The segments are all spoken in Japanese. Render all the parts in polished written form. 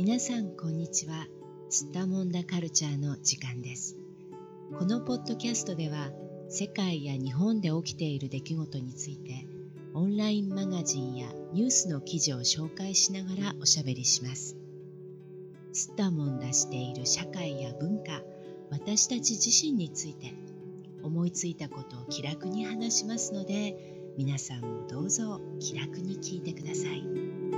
皆さんこんにちは。すったもんだカルチャーの時間です。このポッドキャストでは世界や日本で起きている出来事についてオンラインマガジンやニュースの記事を紹介しながらおしゃべりします。すったもんだしている社会や文化、私たち自身について思いついたことを気楽に話しますので、皆さんもどうぞ気楽に聞いてください。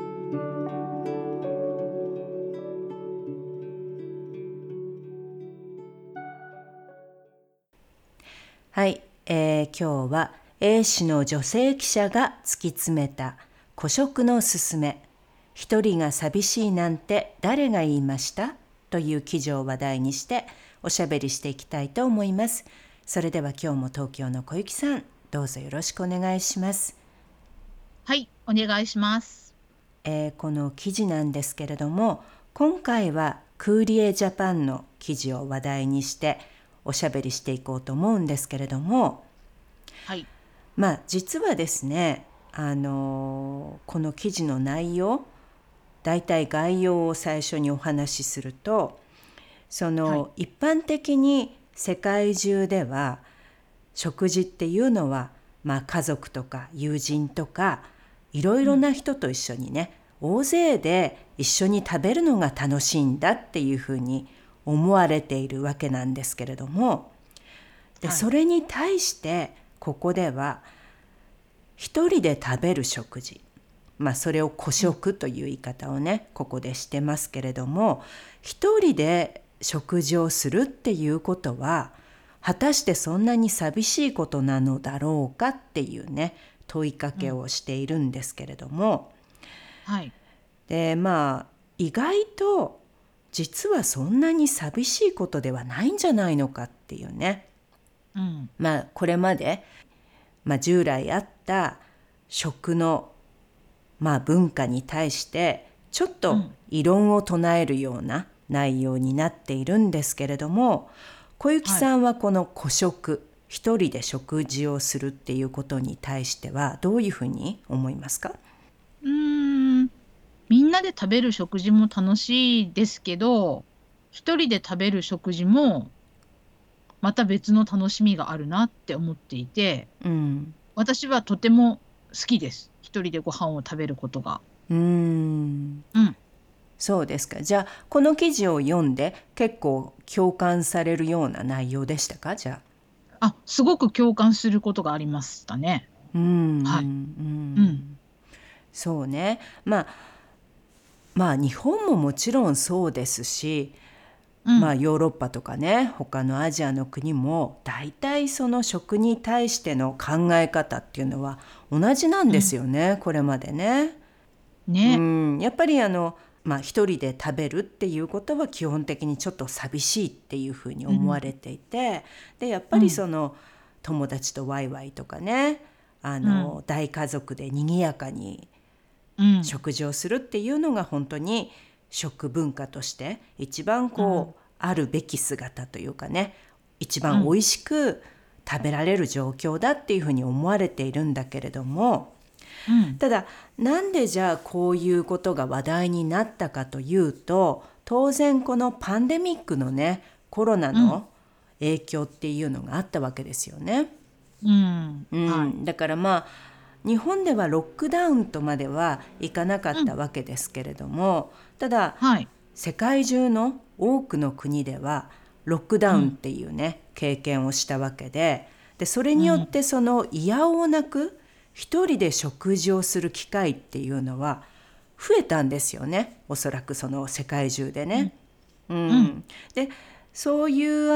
はい、今日は A 氏の女性記者が突き詰めた孤食のすすめ、一人が寂しいなんて誰が言いましたという記事を話題にしておしゃべりしていきたいと思います。それでは今日も東京の小雪さん、どうぞよろしくお願いします。 はい、お願いします。 この記事なんですけれども、今回はクーリエジャパンの記事を話題にしておしゃべりしていこうと思うんですけれども、 はい、 実はですね、この記事の内容、だいたい概要を最初にお話しすると、一般的に世界中では食事っていうのは、家族とか友人とかいろいろな人と一緒にね、大勢で一緒に食べるのが楽しいんだっていうふうに思われているわけなんですけれども、それに対してここでは一人で食べる食事、それを孤食という言い方をね、ここでしてますけれども、一人で食事をするっていうことは果たしてそんなに寂しいことなのだろうかっていうね、問いかけをしているんですけれども、で意外と実はそんなに寂しいことではないんじゃないのかっていうね、これまで、従来あった食の、文化に対してちょっと異論を唱えるような内容になっているんですけれども、小雪さんはこの孤食、一人で食事をするっていうことに対してはどういうふうに思いますか？ みんなで食べる食事も楽しいですけど、一人で食べる食事もまた別の楽しみがあるなって思っていて、私はとても好きです。一人でご飯を食べることが。 そうですか。じゃあこの記事を読んで結構共感されるような内容でしたか？じゃあ、すごく共感することがありましたね。 そうね。日本ももちろんそうですし、ヨーロッパとかね、他のアジアの国も大体その食に対しての考え方っていうのは同じなんですよね、これまでね。やっぱり一人で食べるっていうことは基本的にちょっと寂しいっていうふうに思われていて、でやっぱり友達とワイワイとかね、大家族で賑やかに食事をするっていうのが本当に食文化として一番あるべき姿というかね、一番美味しく食べられる状況だっていうふうに思われているんだけれども、ただなんでじゃあこういうことが話題になったかというと、当然このパンデミックのね、コロナの影響っていうのがあったわけですよね。だから日本ではロックダウンとまではいかなかったわけですけれども、ただ、世界中の多くの国ではロックダウンっていうね、経験をしたわけで、それによってその嫌おうなく一人で食事をする機会っていうのは増えたんですよね、おそらくその世界中でね。でそういう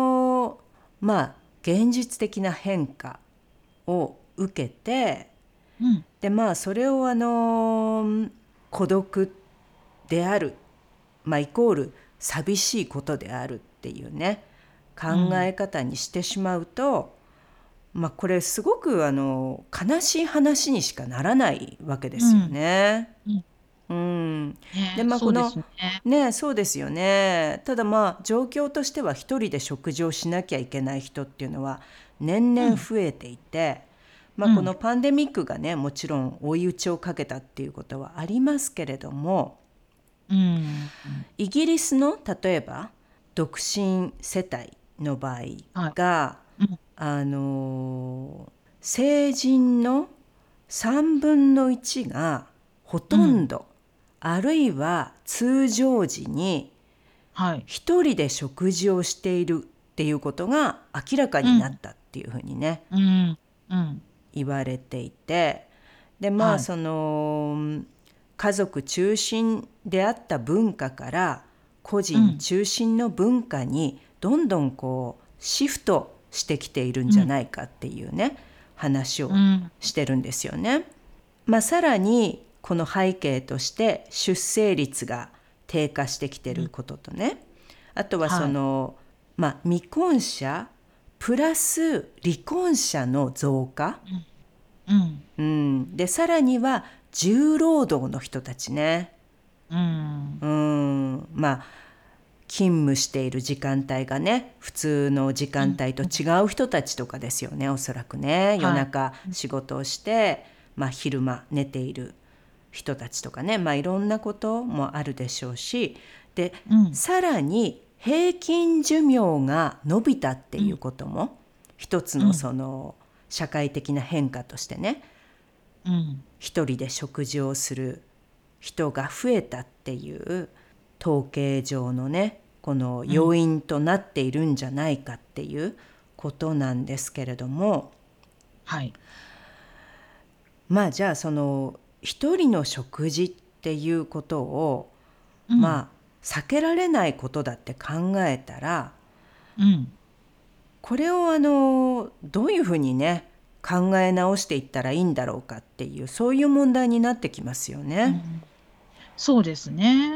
現実的な変化を受けて、でそれを孤独である、イコール寂しいことであるっていうね、考え方にしてしまうと、これすごく悲しい話にしかならないわけですよね。でこのね、そうですよね。ただ状況としては一人で食事をしなきゃいけない人っていうのは年々増えていて、このパンデミックがね、もちろん追い打ちをかけたっていうことはありますけれども、 うん、 イギリスの例えば独身世帯の場合が、成人の3分の1がほとんど、あるいは通常時に一人で食事をしているっていうことが明らかになったっていうふうにね、言われていて、でその家族中心であった文化から個人中心の文化にどんどんこうシフトしてきているんじゃないかっていうね、話をしてるんですよね。さらにこの背景として出生率が低下してきてることとね、あとはその、未婚者プラス離婚者の増加、でさらには重労働の人たちね、勤務している時間帯がね普通の時間帯と違う人たちとかですよね、おそらくね。夜中仕事をして、昼間寝ている人たちとかね、いろんなこともあるでしょうし、で、さらに平均寿命が伸びたっていうことも一つのその社会的な変化としてね、一人で食事をする人が増えたっていう統計上のねこの要因となっているんじゃないかっていうことなんですけれども、じゃあその一人の食事っていうことを、避けられないことだって考えたら、これをどういうふうにね考え直していったらいいんだろうかっていう、そういう問題になってきますよね。 そうですね。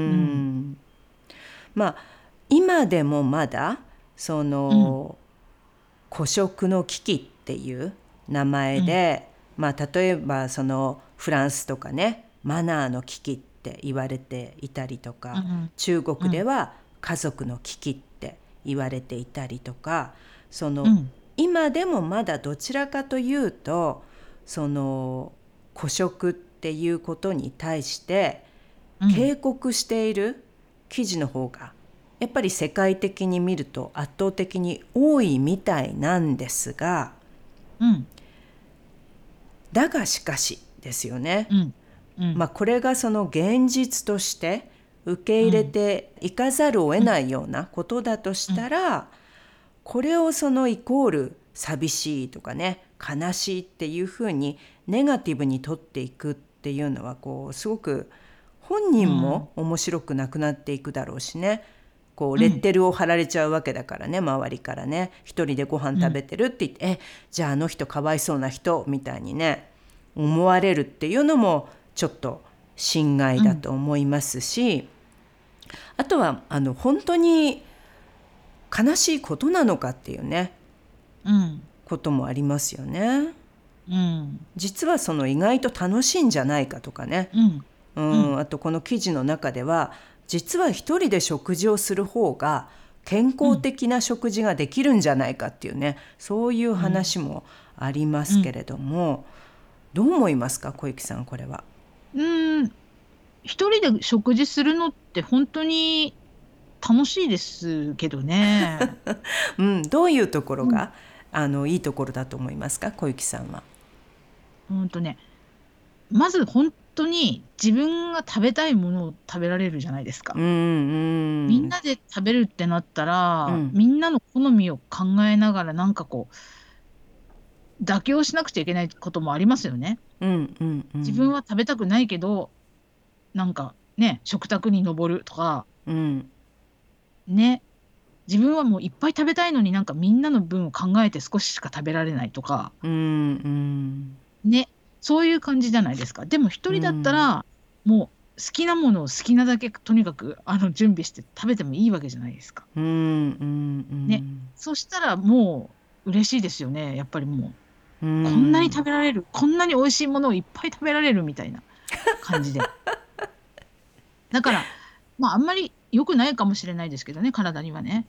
今でもまだその、孤食の危機っていう名前で、例えばそのフランスとかねマナーの危機って言われていたりとか、中国では家族の危機って言われていたりとか、その、今でもまだどちらかというとその孤食っていうことに対して警告している記事の方がやっぱり世界的に見ると圧倒的に多いみたいなんですが、だがしかしですよね、これがその現実として受け入れていかざるを得ないようなことだとしたら、これをそのイコール寂しいとかね悲しいっていうふうにネガティブに取っていくっていうのはこうすごく本人も面白くなくなっていくだろうしね、こうレッテルを貼られちゃうわけだからね、周りからね、一人でご飯食べてるって言って、じゃああの人かわいそうな人みたいにね思われるっていうのもちょっと心外だと思いますし、あとは本当に悲しいことなのかっていうね、こともありますよね。実はその意外と楽しいんじゃないかとかね、あとこの記事の中では実は一人で食事をする方が健康的な食事ができるんじゃないかっていうね、そういう話もありますけれども、どう思いますか小雪さん、これは。 一人で食事するのって本当に楽しいですけどね。 どういうところが、いいところだと思いますか小雪さんは。 まず本当に自分が食べたいものを食べられるじゃないですか。みんなで食べるってなったら、みんなの好みを考えながらなんかこう妥協しなくちゃいけないこともありますよね。自分は食べたくないけどなんかね食卓に上るとか、ね、自分はもういっぱい食べたいのになんかみんなの分を考えて少ししか食べられないとか、ね、そういう感じじゃないですか。でも一人だったら、もう好きなものを好きなだけとにかく準備して食べてもいいわけじゃないですか。ね、そしたらもう嬉しいですよね。やっぱりもうこんなに食べられる、こんなに美味しいものをいっぱい食べられるみたいな感じで。だからあんまり良くないかもしれないですけどね、体にはね。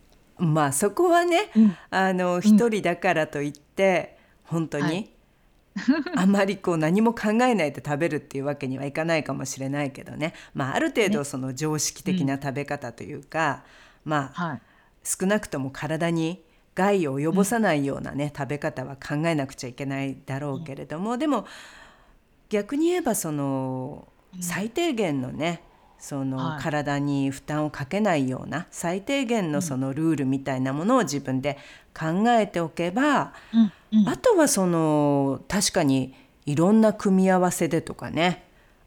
そこはね、一人だからといって本当にあまりこう何も考えないで食べるっていうわけにはいかないかもしれないけどね、ある程度その常識的な食べ方というか、 はい。 少なくとも体に害を及ぼさないようなね、食べ方は考えなくちゃいけないだろうけれども、でも逆に言えばその最低限のね、その体に負担をかけないような最低限のそのルールみたいなものを自分で考えておけば、あとはその確かにいろんな組み合わせでとかね、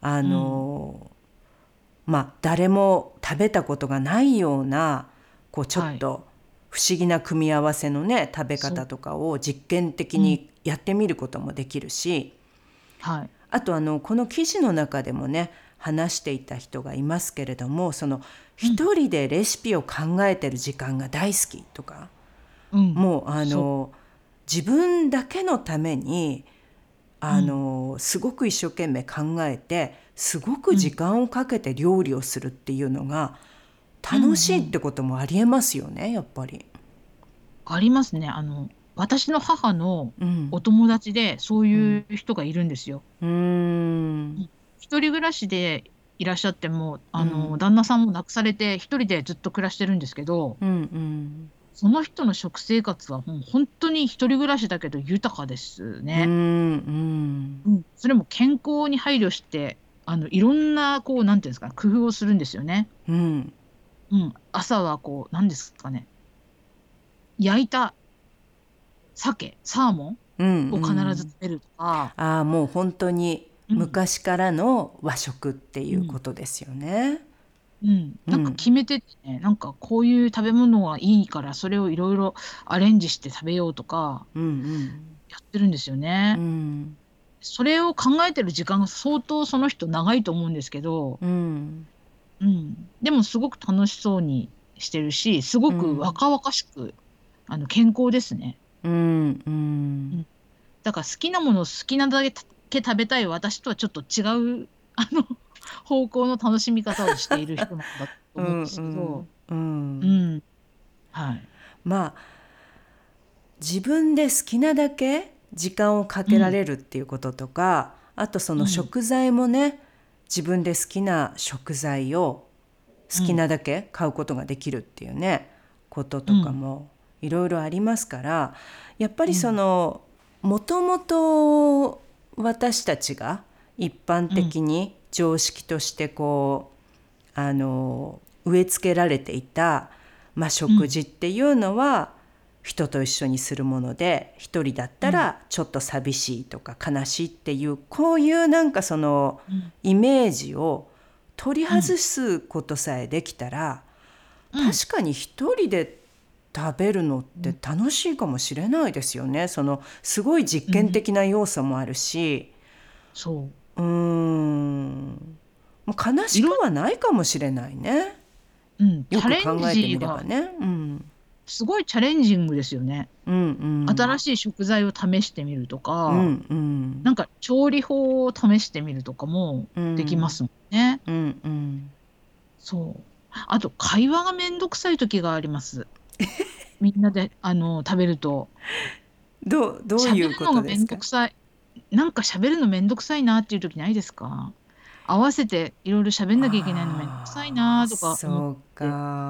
誰も食べたことがないようなこうちょっと不思議な組み合わせのね食べ方とかを実験的にやってみることもできるし、あとこの記事の中でもね話していた人がいますけれども、その一人でレシピを考えてる時間が大好きとか、もう自分だけのためにすごく一生懸命考えてすごく時間をかけて料理をするっていうのが楽しいってこともありえますよね、やっぱり。 ありますね。私の母のお友達でそういう人がいるんですよ。一人暮らしでいらっしゃっても、旦那さんも亡くされて一人でずっと暮らしてるんですけど、その人の食生活はもう本当に一人暮らしだけど豊かですね。それも健康に配慮して、いろんなこうなんていうんですか、工夫をするんですよね。朝はこうなんですかね、焼いた鮭、サーモンを必ず食べるとか。 もう本当に昔からの和食っていうことですよね。 なんか決めててね、なんかこういう食べ物はいいからそれをいろいろアレンジして食べようとかやってるんですよね。それを考えてる時間が相当その人長いと思うんですけど、でもすごく楽しそうにしてるし、すごく若々しく健康ですね。だから好きなものを好きなだけ食べたい私とはちょっと違う方向の楽しみ方をしている人なんだと思うんですけど、 自分で好きなだけ時間をかけられるっていうこととか、あとその食材もね、自分で好きな食材を好きなだけ買うことができるっていうね、こととかもいろいろありますから、やっぱりそのもともと私たちが一般的に常識としてこう植え付けられていた、食事っていうのは人と一緒にするもので、一人だったらちょっと寂しいとか悲しいっていう、こういうなんかそのイメージを取り外すことさえできたら、確かに一人で食べるのって楽しいかもしれないですよね。そのすごい実験的な要素もあるし、もう悲しくはないかもしれないね。よく考えてみればね。 すごいチャレンジングですよね。新しい食材を試してみるとか、なんか調理法を試してみるとかもできますもんね。そう。あと会話がめんどくさい時があります。みんなで食べると。 どういうことですか？ なんか喋るのめんどくさいなっていう時ないですか？合わせていろいろ喋んなきゃいけないのめんどくさいなとか思って。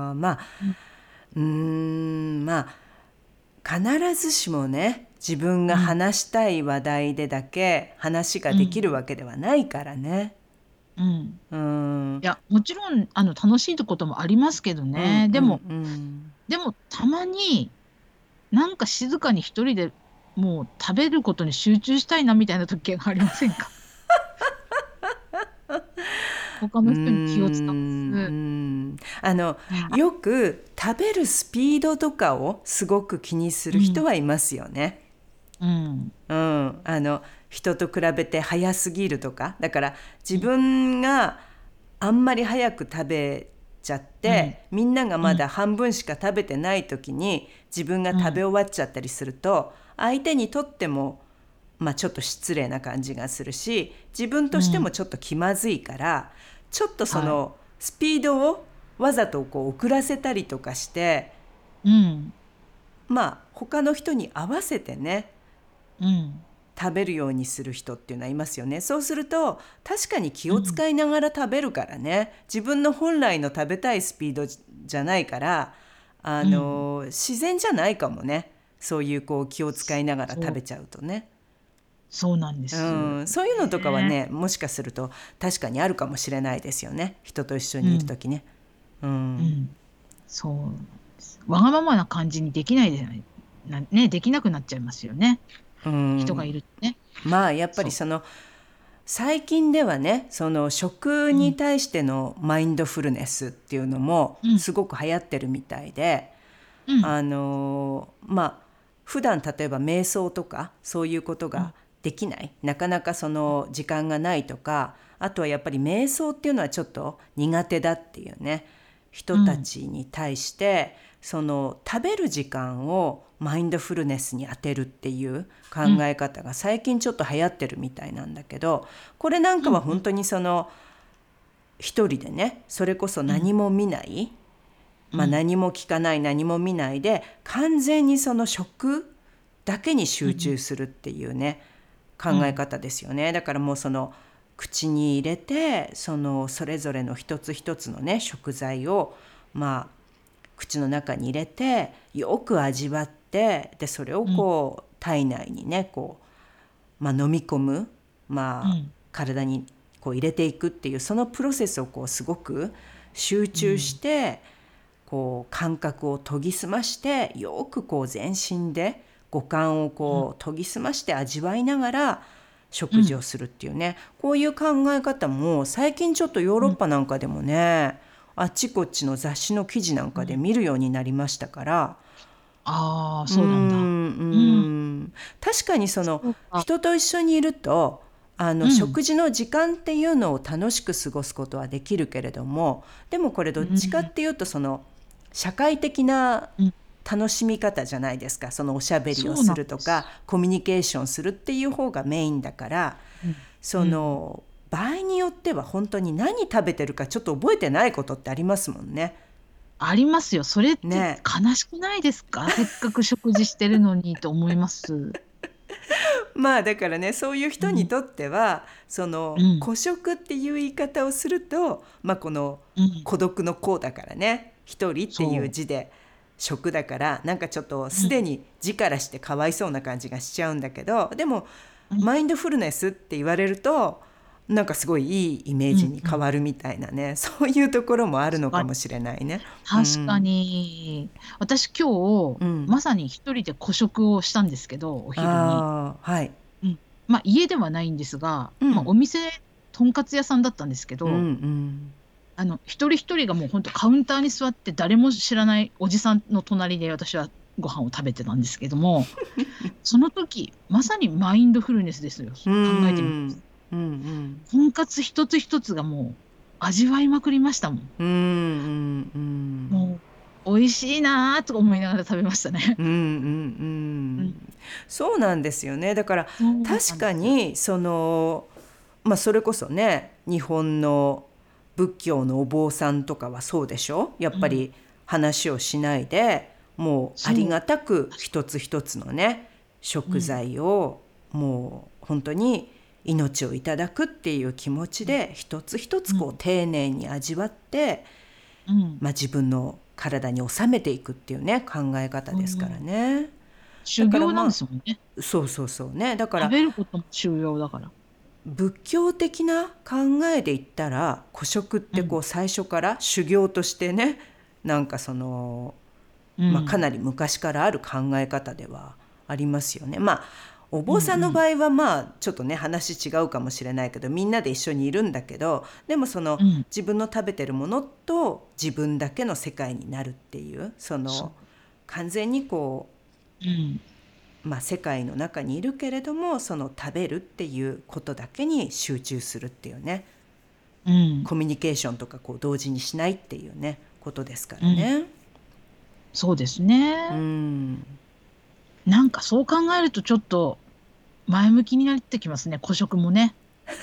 必ずしもね、自分が話したい話題でだけ話ができるわけではないからね。 いやもちろん楽しいこともありますけどね。でもたまになんか静かに一人でもう食べることに集中したいなみたいな時がありませんか？他の人に気を使わず。よく食べるスピードとかをすごく気にする人はいますよね。人と比べて早すぎるとか、だから自分があんまり早く食べちゃって、みんながまだ半分しか食べてない時に自分が食べ終わっちゃったりすると、相手にとってもちょっと失礼な感じがするし、自分としてもちょっと気まずいから、ちょっとそのスピードをわざとこう遅らせたりとかして、他の人に合わせてね、 食べるようにする人っていうのはいますよね。そうすると確かに気を使いながら食べるからね、自分の本来の食べたいスピードじゃないから、自然じゃないかもね。そういうこう気を使いながら食べちゃうとね。 そうなんです。 そういうのとかはね、もしかすると確かにあるかもしれないですよね。人と一緒にいるときね。 そうなんです。わがままな感じにできないじゃないね、できなくなっちゃいますよね。人がいるとね。 まあやっぱり最近ではね、その食に対してのマインドフルネスっていうのもすごく流行ってるみたいで、まあ普段例えば瞑想とかそういうことができない、なかなかその時間がないとか、あとはやっぱり瞑想っていうのはちょっと苦手だっていうね人たちに対して、その食べる時間をマインドフルネスに当てるっていう考え方が最近ちょっと流行ってるみたいなんだけど、これなんかは本当にその一人でね、それこそ何も見ない、何も聞かない、何も見ないで完全にその食だけに集中するっていうね、考え方ですよね。だからもうその口に入れて、それぞれの一つ一つのね食材を口の中に入れてよく味わって、でそれをこう体内にねこう、飲み込む、体にこう入れていくっていうそのプロセスをこうすごく集中して、こう感覚を研ぎ澄ましてよくこう全身で五感をこう研ぎ澄まして味わいながら食事をするっていうね、こういう考え方も最近ちょっとヨーロッパなんかでもね、あっちこっちの雑誌の記事なんかで見るようになりましたから、 そうなんだ。 確かにその人と一緒にいると食事の時間っていうのを楽しく過ごすことはできるけれども、でもこれどっちかっていうとその社会的な楽しみ方じゃないですか。そのおしゃべりをするとかコミュニケーションするっていう方がメインだから、その場合によっては本当に何食べてるかちょっと覚えてないことってありますもんね。 ありますよ。それって悲しくないですか？せっかく食事してるのにと思います。 だからね、そういう人にとっては、その孤食っていう言い方をすると、この孤独の孤だからね、一人っていう字で食だから、なんかちょっとすでに字からしてかわいそうな感じがしちゃうんだけど、でもマインドフルネスって言われるとなんかすごいいいイメージに変わるみたいなね、そういうところもあるのかもしれないね。 確かに。私今日、まさに一人で孤食をしたんですけど、お昼に。家ではないんですが、お店、とんかつ屋さんだったんですけど、一人一人がもう本当カウンターに座って誰も知らないおじさんの隣で私はご飯を食べてたんですけども、その時まさにマインドフルネスですよ。考えてみます。とんかつ一つ一つがもう味わいまくりましたもん。もう美味しいなとか思いながら食べましたね。 そうなんですよね。だから確かにそれこそね、日本の仏教のお坊さんとかはそうでしょ。やっぱり話をしないで、もうありがたく一つ一つのね食材をもう本当に命をいただくっていう気持ちで一つ一つこう丁寧に味わって、自分の体に収めていくっていうね考え方ですからね。 修行なんですもんね。 そうね。だから食べることも修行だから。 仏教的な考えで言ったら孤食ってこう最初から修行としてね、なんかその、かなり昔からある考え方ではありますよね。お坊さんの場合はちょっとね話違うかもしれないけど、みんなで一緒にいるんだけど、でもその自分の食べてるものと自分だけの世界になるっていう、その完全にこう、世界の中にいるけれども、その食べるっていうことだけに集中するっていうね、コミュニケーションとかこう同時にしないっていうねことですからね。 そうですね。なんかそう考えるとちょっと前向きになってきますね、孤食もね。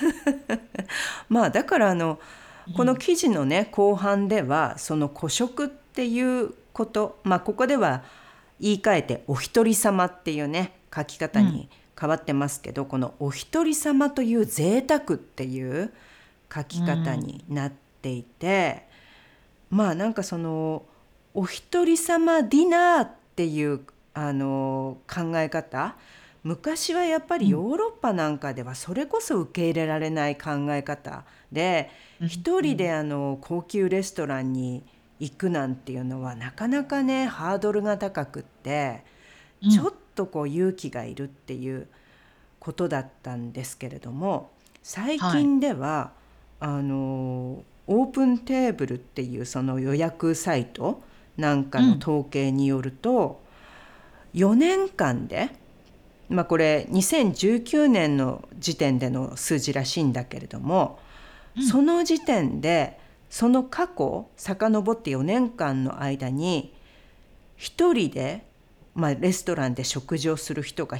だからこの記事のね後半ではその孤食っていうこと、ここでは言い換えてお一人様っていうね書き方に変わってますけど、このお一人様という贅沢っていう書き方になっていて、まあなんかそのお一人様ディナーっていう考え方、昔はやっぱりヨーロッパなんかではそれこそ受け入れられない考え方で、一人で高級レストランに行くなんていうのはなかなかねハードルが高くって、ちょっとこう勇気がいるっていうことだったんですけれども、最近では、オープンテーブルっていうその予約サイトなんかの統計によると、4年間で、これ2019年の時点での数字らしいんだけれども、その時点でその過去遡って4年間の間に一人で、レストランで食事をする人が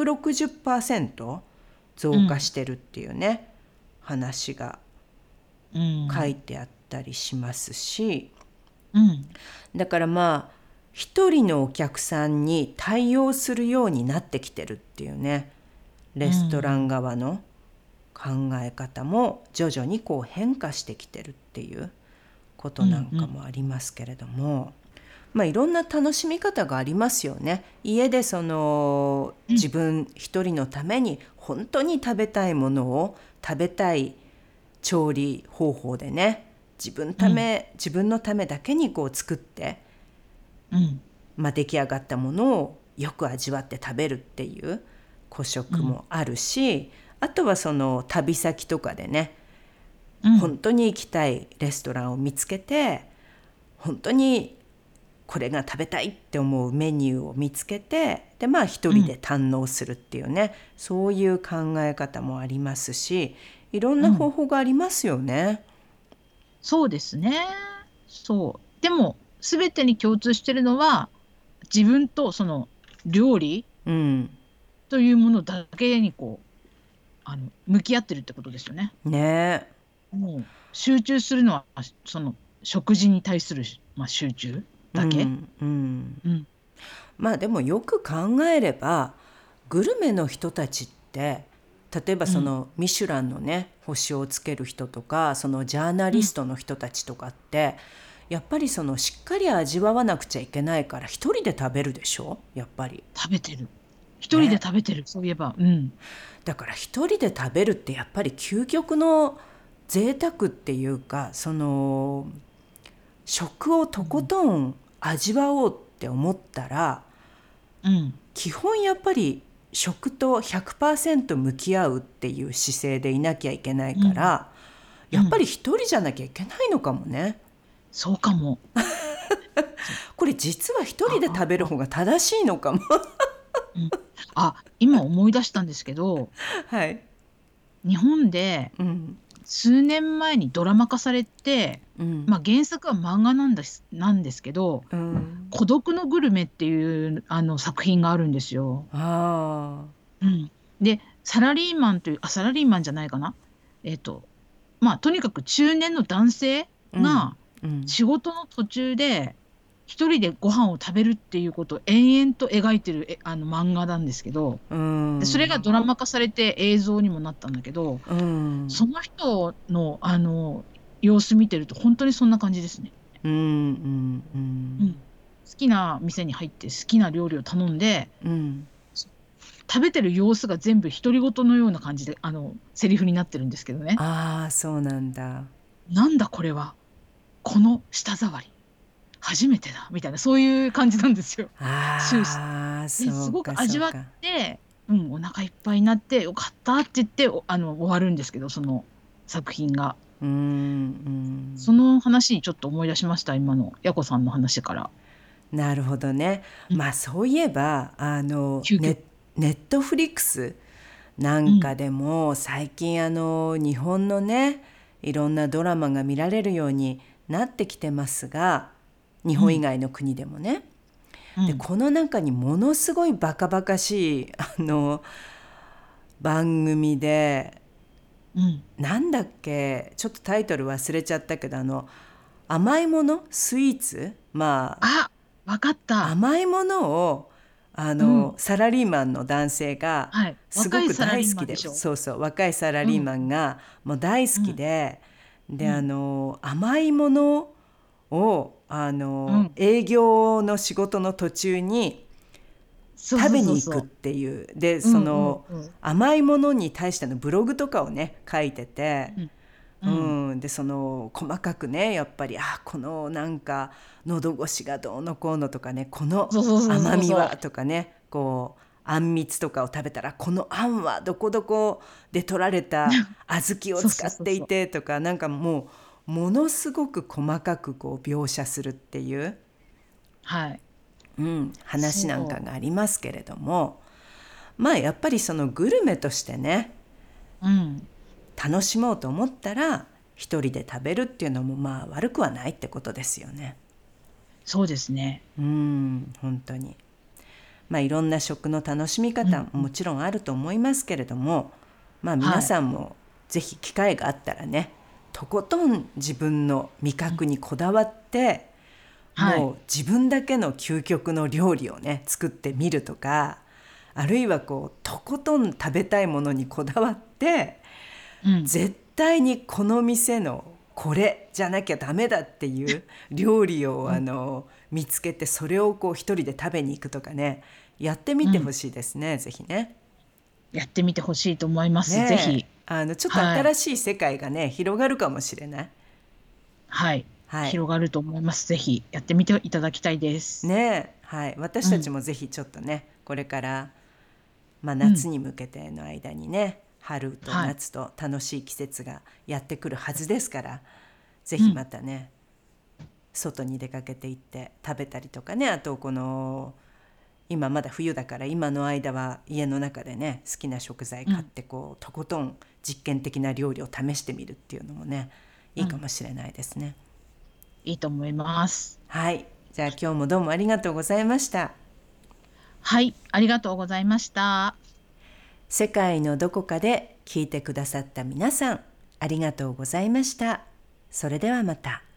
160% 増加してるっていうね、話が書いてあったりしますし、だから一人のお客さんに対応するようになってきてるっていうね、レストラン側の考え方も徐々にこう変化してきてるっていうことなんかもありますけれども、いろんな楽しみ方がありますよね。家でその自分一人のために本当に食べたいものを食べたい調理方法でね、自分のためだけにこう作って、出来上がったものをよく味わって食べるっていう個食もあるし、あとはその旅先とかでね、本当に行きたいレストランを見つけて、本当にこれが食べたいって思うメニューを見つけて、で一人で堪能するっていうね、そういう考え方もありますし、いろんな方法がありますよね。 そうですね。でも全てに共通してるのは、自分とその料理というものだけにこう向き合ってるってことですよね。もう集中するのはその食事に対する、集中だけ。 でもよく考えれば、グルメの人たちって例えばそのミシュランのね、星をつける人とか、そのジャーナリストの人たちとかって、やっぱりそのしっかり味わわなくちゃいけないから一人で食べるでしょ。やっぱり食べてる、一人で食べてる、そういえば。 だから一人で食べるってやっぱり究極の贅沢っていうか、その食をとことん味わおうって思ったら、基本やっぱり食と 100% 向き合うっていう姿勢でいなきゃいけないから、やっぱり一人じゃなきゃいけないのかもね。 そうかも。 これ実は一人で食べる方が正しいのかも。 今思い出したんですけど、日本で数年前にドラマ化されて、原作は漫画なんですけど、孤独のグルメっていう作品があるんですよ。でサラリーマンじゃないかな、とにかく中年の男性が仕事の途中で一人でご飯を食べるっていうことを延々と描いてる漫画なんですけど、でそれがドラマ化されて映像にもなったんだけど、その人の様子見てると本当にそんな感じですね。好きな店に入って好きな料理を頼んで、食べてる様子が全部独り言のような感じでセリフになってるんですけどね。 そうなんだ。 なんだこれは、この舌触り初めてだみたいな、そういう感じなんですよ。すごく味わって、お腹いっぱいになってよかったって言って終わるんですけど、その作品が。その話にちょっと思い出しました、今のやこさんの話から。 なるほどね。そういえばネットフリックスなんかでも最近日本のね、いろんなドラマが見られるようになってきてますが、日本以外の国でもね、でこの中にものすごいバカバカしい番組で、なんだっけ、ちょっとタイトル忘れちゃったけど、甘いもの、スイーツ、 わかった。 甘いものをサラリーマンの男性がすごく大好きで、そうそう、若いサラリーマンがもう大好きで、で甘いものを営業の仕事の途中に食べに行くっていう、でその甘いものに対してのブログとかをね書いてて、でその細かくね、やっぱりこのなんか喉越しがどうのこうのとかね、この甘みはとかね、こうあんみつとかを食べたらこのあんはどこどこで取られた小豆を使っていてとか、なんかもうものすごく細かくこう描写するっていう、話なんかがありますけれども、まあやっぱりそのグルメとしてね、楽しもうと思ったら一人で食べるっていうのもまあ悪くはないってことですよね。 そうですね。 本当に。まあいろんな食の楽しみ方ももちろんあると思いますけれども、まあ皆さんもぜひ機会があったらね、とことん自分の味覚にこだわって、もう自分だけの究極の料理をね作ってみるとか、あるいはこうとことん食べたいものにこだわって、絶対にこの店のこれじゃなきゃダメだっていう料理を見つけて、それをこう一人で食べに行くとかね、やってみてほしいですね、ぜひね。 やってみてほしいと思います、ぜひ。 ちょっと新しい世界がね、広がるかもしれない。 広がると思います。ぜひやってみていただきたいですね。私たちもぜひちょっとね、これから、夏に向けての間にね、春と夏と楽しい季節がやってくるはずですから、ぜひまたね、外に出かけて行って食べたりとかね、あとこの今まだ冬だから今の間は家の中でね、好きな食材買ってこうとことん実験的な料理を試してみるっていうのもね、いいかもしれないですね。 いいと思います。 じゃあ今日もどうもありがとうございました。 ありがとうございました。 世界のどこかで聞いてくださった皆さん、ありがとうございました。それではまた。